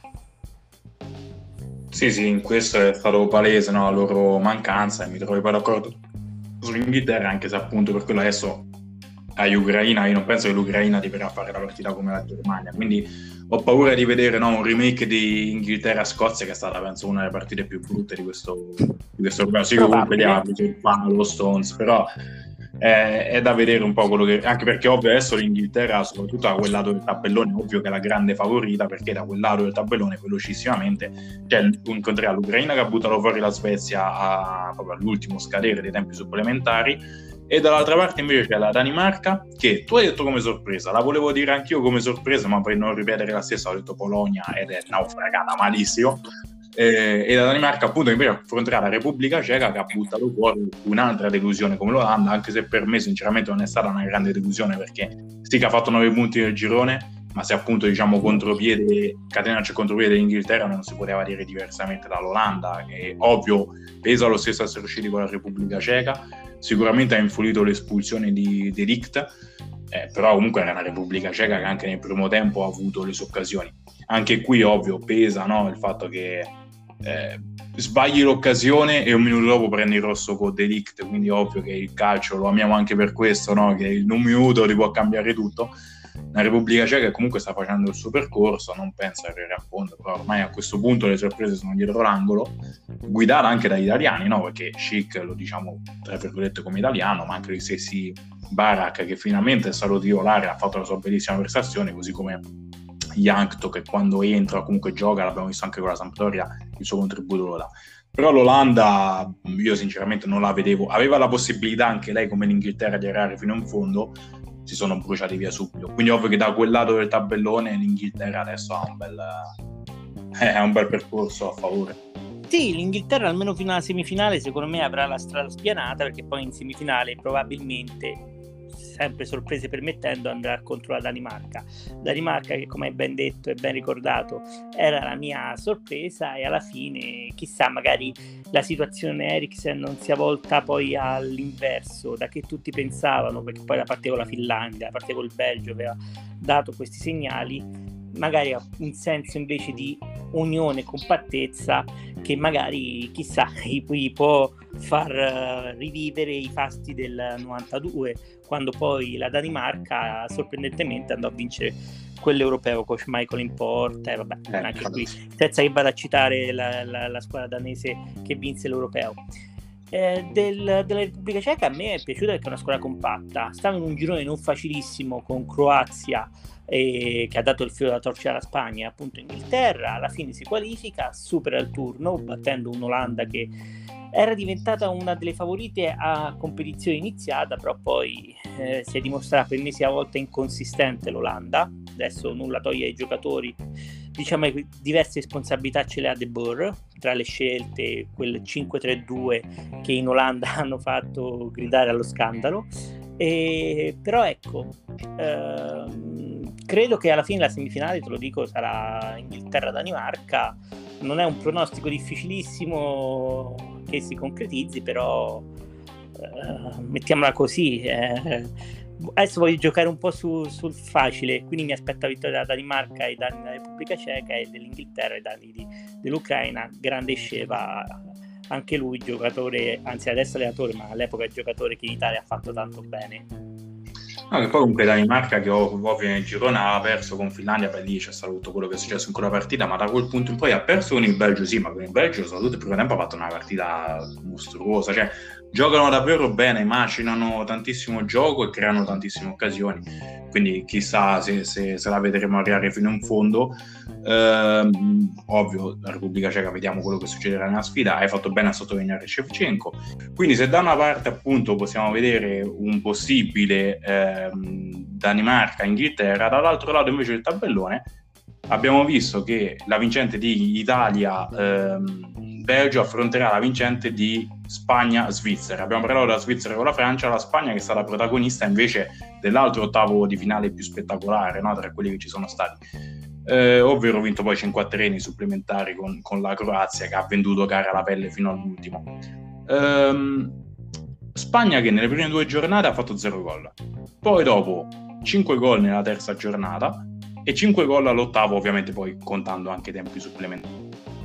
Sì, sì, in questo è stato palese, no, la loro mancanza, e mi trovo poi d'accordo sull'Inghilterra, anche se appunto per quello adesso a Ucraina, io non penso che l'Ucraina deverà fare la partita come la Germania, quindi ho paura di vedere, no, un remake di Inghilterra-Scozia, che è stata penso una delle partite più brutte di questo di questo sì, comunque di Africa, il Palo, lo Stones, però è, è da vedere un po' quello che, anche perché ovvio adesso l'Inghilterra, soprattutto da quel lato del tabellone, ovvio che è la grande favorita, perché da quel lato del tabellone velocissimamente cioè incontrerà l'Ucraina che ha buttato fuori la Svezia a, proprio all'ultimo scadere dei tempi supplementari, e dall'altra parte invece c'è la Danimarca, che tu hai detto come sorpresa, la volevo dire anch'io come sorpresa, ma per non ripetere la stessa ho detto Polonia ed è naufragata malissimo. Eh, e la Danimarca appunto invece affronterà la Repubblica Ceca, che ha buttato fuori un'altra delusione come l'Olanda, anche se per me sinceramente non è stata una grande delusione, perché sì che ha fatto nove punti nel girone, ma se appunto diciamo contropiede catenaccio e contropiede dell'Inghilterra non si poteva dire diversamente dall'Olanda, che ovvio pesa lo stesso essere usciti con la Repubblica Ceca, sicuramente ha influito l'espulsione di De Ligt, eh, però comunque era una Repubblica Ceca che anche nel primo tempo ha avuto le sue occasioni. Anche qui ovvio pesa, no, il fatto che eh, sbagli l'occasione e un minuto dopo prendi il rosso con De Ligt, quindi ovvio che il calcio lo amiamo anche per questo, no, che in un minuto ti può cambiare tutto. La Repubblica Ceca comunque sta facendo il suo percorso, non pensa arrivare a fondo, però ormai a questo punto le sorprese sono dietro l'angolo, guidata anche dagli italiani, no? Perché Schick lo diciamo tra virgolette come italiano, ma anche gli stessi Barak, che finalmente è stato titolare, ha fatto la sua bellissima prestazione, così come Jankto, che quando entra comunque gioca, l'abbiamo visto anche con la Sampdoria, il suo contributo lo dà. Però l'Olanda io sinceramente non la vedevo, aveva la possibilità anche lei come l'Inghilterra di arrivare fino in fondo, si sono bruciati via subito, quindi ovvio che da quel lato del tabellone l'Inghilterra adesso ha un bel eh, un bel percorso a favore. Sì, l'Inghilterra almeno fino alla semifinale secondo me avrà la strada spianata, perché poi in semifinale probabilmente sempre sorprese permettendo, andrà contro la Danimarca. Danimarca che, come hai ben detto e ben ricordato, era la mia sorpresa, e alla fine chissà, magari la situazione Eriksen non sia volta poi all'inverso da che tutti pensavano, perché poi la parte con la Finlandia, la parte col Belgio aveva dato questi segnali, magari ha un senso invece di unione e compattezza che magari chissà gli può far uh, rivivere i fasti del novantadue, quando poi la Danimarca sorprendentemente andò a vincere quell'europeo con Michael in porta, e vabbè, eh, anche qui senza che vada a citare la, la, la squadra danese che vinse l'europeo. Eh, del, della Repubblica Ceca a me è piaciuta perché è una squadra compatta, stava in un girone non facilissimo con Croazia, e che ha dato il filo da torcere alla Spagna, appunto Inghilterra, alla fine si qualifica, supera il turno battendo un'Olanda che era diventata una delle favorite a competizione iniziata, però poi eh, si è dimostrata per mesi a volte inconsistente l'Olanda. Adesso nulla toglie ai giocatori, diciamo che diverse responsabilità ce le ha De Boer, tra le scelte quel cinque tre due che in Olanda hanno fatto gridare allo scandalo, e, però ecco ehm, credo che alla fine la semifinale, te lo dico, sarà Inghilterra-Danimarca. Non è un pronostico difficilissimo che si concretizzi, però eh, mettiamola così, eh, adesso voglio giocare un po' su, sul facile, quindi mi aspetto la vittoria della Danimarca e della Repubblica Ceca, e dell'Inghilterra e di, dell'Ucraina. Grande Sheva, anche lui giocatore, anzi adesso allenatore, ma all'epoca giocatore che in Italia ha fatto tanto bene. No, che poi comunque Danimarca, che ovvio nel girone ha perso con Finlandia, per lì c'è stato tutto quello che è successo in quella partita, ma da quel punto in poi ha perso con il Belgio, sì, ma con il Belgio soprattutto il primo tempo ha fatto una partita mostruosa, cioè giocano davvero bene, macinano tantissimo gioco e creano tantissime occasioni, quindi chissà se, se, se la vedremo arrivare fino in fondo. Ehm, ovvio, la Repubblica Ceca, vediamo quello che succederà nella sfida. Hai fatto bene a sottolineare Shevchenko, quindi se da una parte appunto possiamo vedere un possibile ehm, Danimarca-Inghilterra, dall'altro lato invece del tabellone abbiamo visto che la vincente di Italia-Belgio ehm, affronterà la vincente di Spagna-Svizzera. Abbiamo parlato della Svizzera con la Francia, la Spagna che è stata protagonista invece dell'altro ottavo di finale più spettacolare, no? Tra quelli che ci sono stati, eh, ovvero vinto poi cinque a tre nei supplementari con, con la Croazia, che ha venduto cara la pelle fino all'ultimo. Ehm, Spagna che nelle prime due giornate ha fatto zero gol, poi dopo cinque gol nella terza giornata e cinque gol all'ottavo, ovviamente poi contando anche tempi supplementari.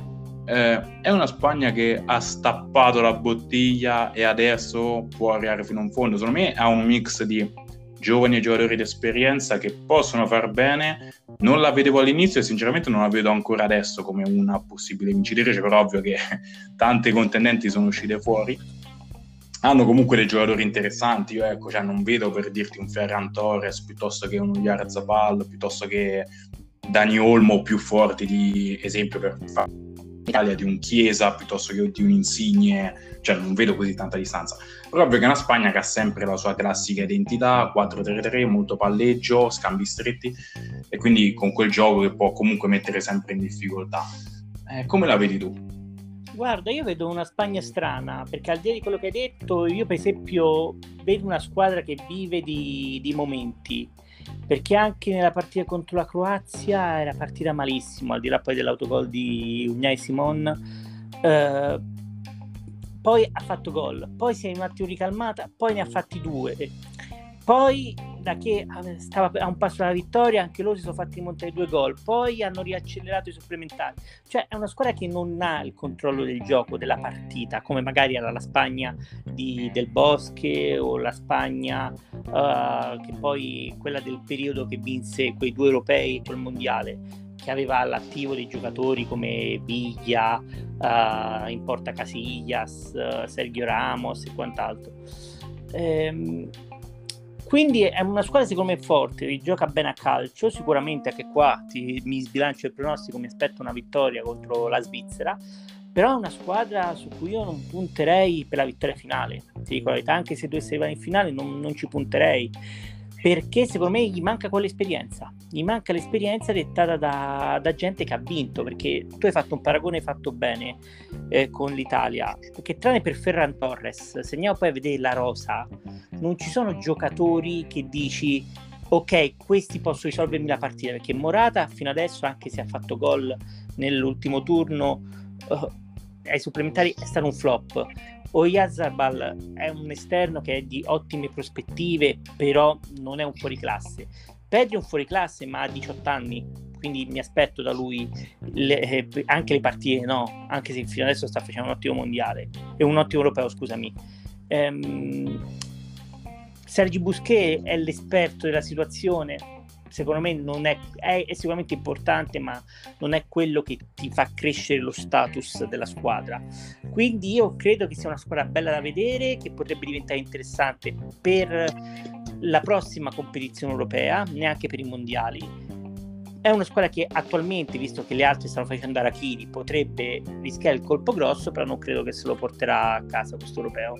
Eh, è una Spagna che ha stappato la bottiglia e adesso può arrivare fino in fondo. Secondo me ha un mix di giovani e giocatori d'esperienza che possono far bene. Non la vedevo all'inizio e sinceramente non la vedo ancora adesso come una possibile vincitrice, però ovvio che tante contendenti sono uscite fuori. Hanno comunque dei giocatori interessanti. Io ecco, cioè, non vedo, per dirti, un Ferran Torres piuttosto che un Oyarzabal, piuttosto che Dani Olmo, più forti di esempio per fare Italia di un Chiesa piuttosto che di un Insigne, cioè non vedo così tanta distanza. Però ovvio che è una Spagna che ha sempre la sua classica identità, quattro tre tre, molto palleggio, scambi stretti, e quindi con quel gioco che può comunque mettere sempre in difficoltà. Eh, come la vedi tu? Guarda, io vedo una Spagna strana, perché al di là di quello che hai detto, io per esempio vedo una squadra che vive di, di momenti, perché anche nella partita contro la Croazia era partita malissimo, al di là poi dell'autogol di Unai Simon, eh, poi ha fatto gol, poi si è un attimo ricalmata, poi ne ha fatti due, poi da che stava a un passo dalla vittoria anche loro si sono fatti montare due gol, poi hanno riaccelerato i supplementari. Cioè è una squadra che non ha il controllo del gioco, della partita, come magari era la Spagna di, del Bosque, o la Spagna uh, che poi quella del periodo che vinse quei due europei e quel mondiale, che aveva all'attivo dei giocatori come Villa, uh, in porta Casillas, uh, Sergio Ramos e quant'altro. Ehm, Quindi è una squadra secondo me forte, gioca bene a calcio, sicuramente anche qua ti, mi sbilancio il pronostico, mi aspetto una vittoria contro la Svizzera, però è una squadra su cui io non punterei per la vittoria finale, ti dico la verità, anche se dovesse arrivare in finale non, non ci punterei. perché secondo me gli manca quell'esperienza, gli manca l'esperienza dettata da, da gente che ha vinto, perché tu hai fatto un paragone fatto bene eh, con l'Italia, perché tranne per Ferran Torres, se andiamo poi a vedere la rosa, non ci sono giocatori che dici ok, questi posso risolvermi la partita, perché Morata fino adesso, anche se ha fatto gol nell'ultimo turno uh, ai supplementari, è stato un flop. Oyarzabal è un esterno che è di ottime prospettive, però non è un fuoriclasse. Pedri è un fuoriclasse, ma ha diciotto anni, quindi mi aspetto da lui le, eh, anche le partite, no? Anche se fino adesso sta facendo un ottimo mondiale e un ottimo europeo, scusami. Ehm, Sergi Busquets è l'esperto della situazione. Secondo me non è, è, è sicuramente importante, ma non è quello che ti fa crescere lo status della squadra. Quindi io credo che sia una squadra bella da vedere, che potrebbe diventare interessante per la prossima competizione europea, neanche per i mondiali. È una squadra che attualmente, visto che le altre stanno facendo arachiri, potrebbe rischiare il colpo grosso, però non credo che se lo porterà a casa questo europeo.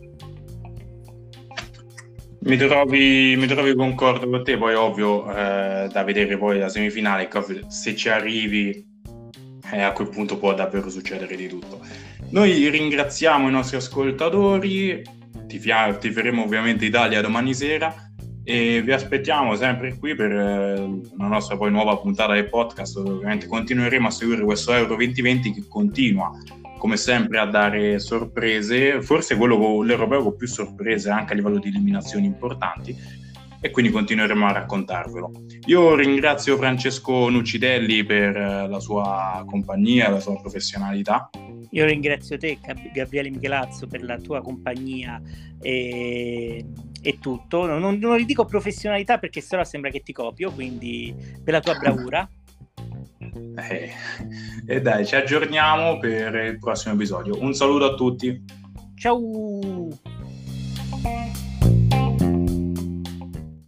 Mi trovi, mi trovi concordo con te, poi ovvio eh, da vedere poi la semifinale, che ovvio, se ci arrivi eh, a quel punto può davvero succedere di tutto. Noi ringraziamo i nostri ascoltatori, ti, fia- ti faremo ovviamente Italia domani sera e vi aspettiamo sempre qui per eh, la nostra poi nuova puntata del podcast, dove ovviamente continueremo a seguire questo Euro duemilaventi che continua come sempre a dare sorprese, forse quello con l'europeo con più sorprese anche a livello di eliminazioni importanti, e quindi continueremo a raccontarvelo. Io ringrazio Francesco Nuccidelli per la sua compagnia, la sua professionalità. Io ringrazio te, Gabriele Michelazzo, per la tua compagnia e, e tutto. Non, non dico professionalità perché sennò sembra che ti copio, quindi per la tua bravura. Eh, e dai, ci aggiorniamo per il prossimo episodio. Un saluto a tutti. Ciao!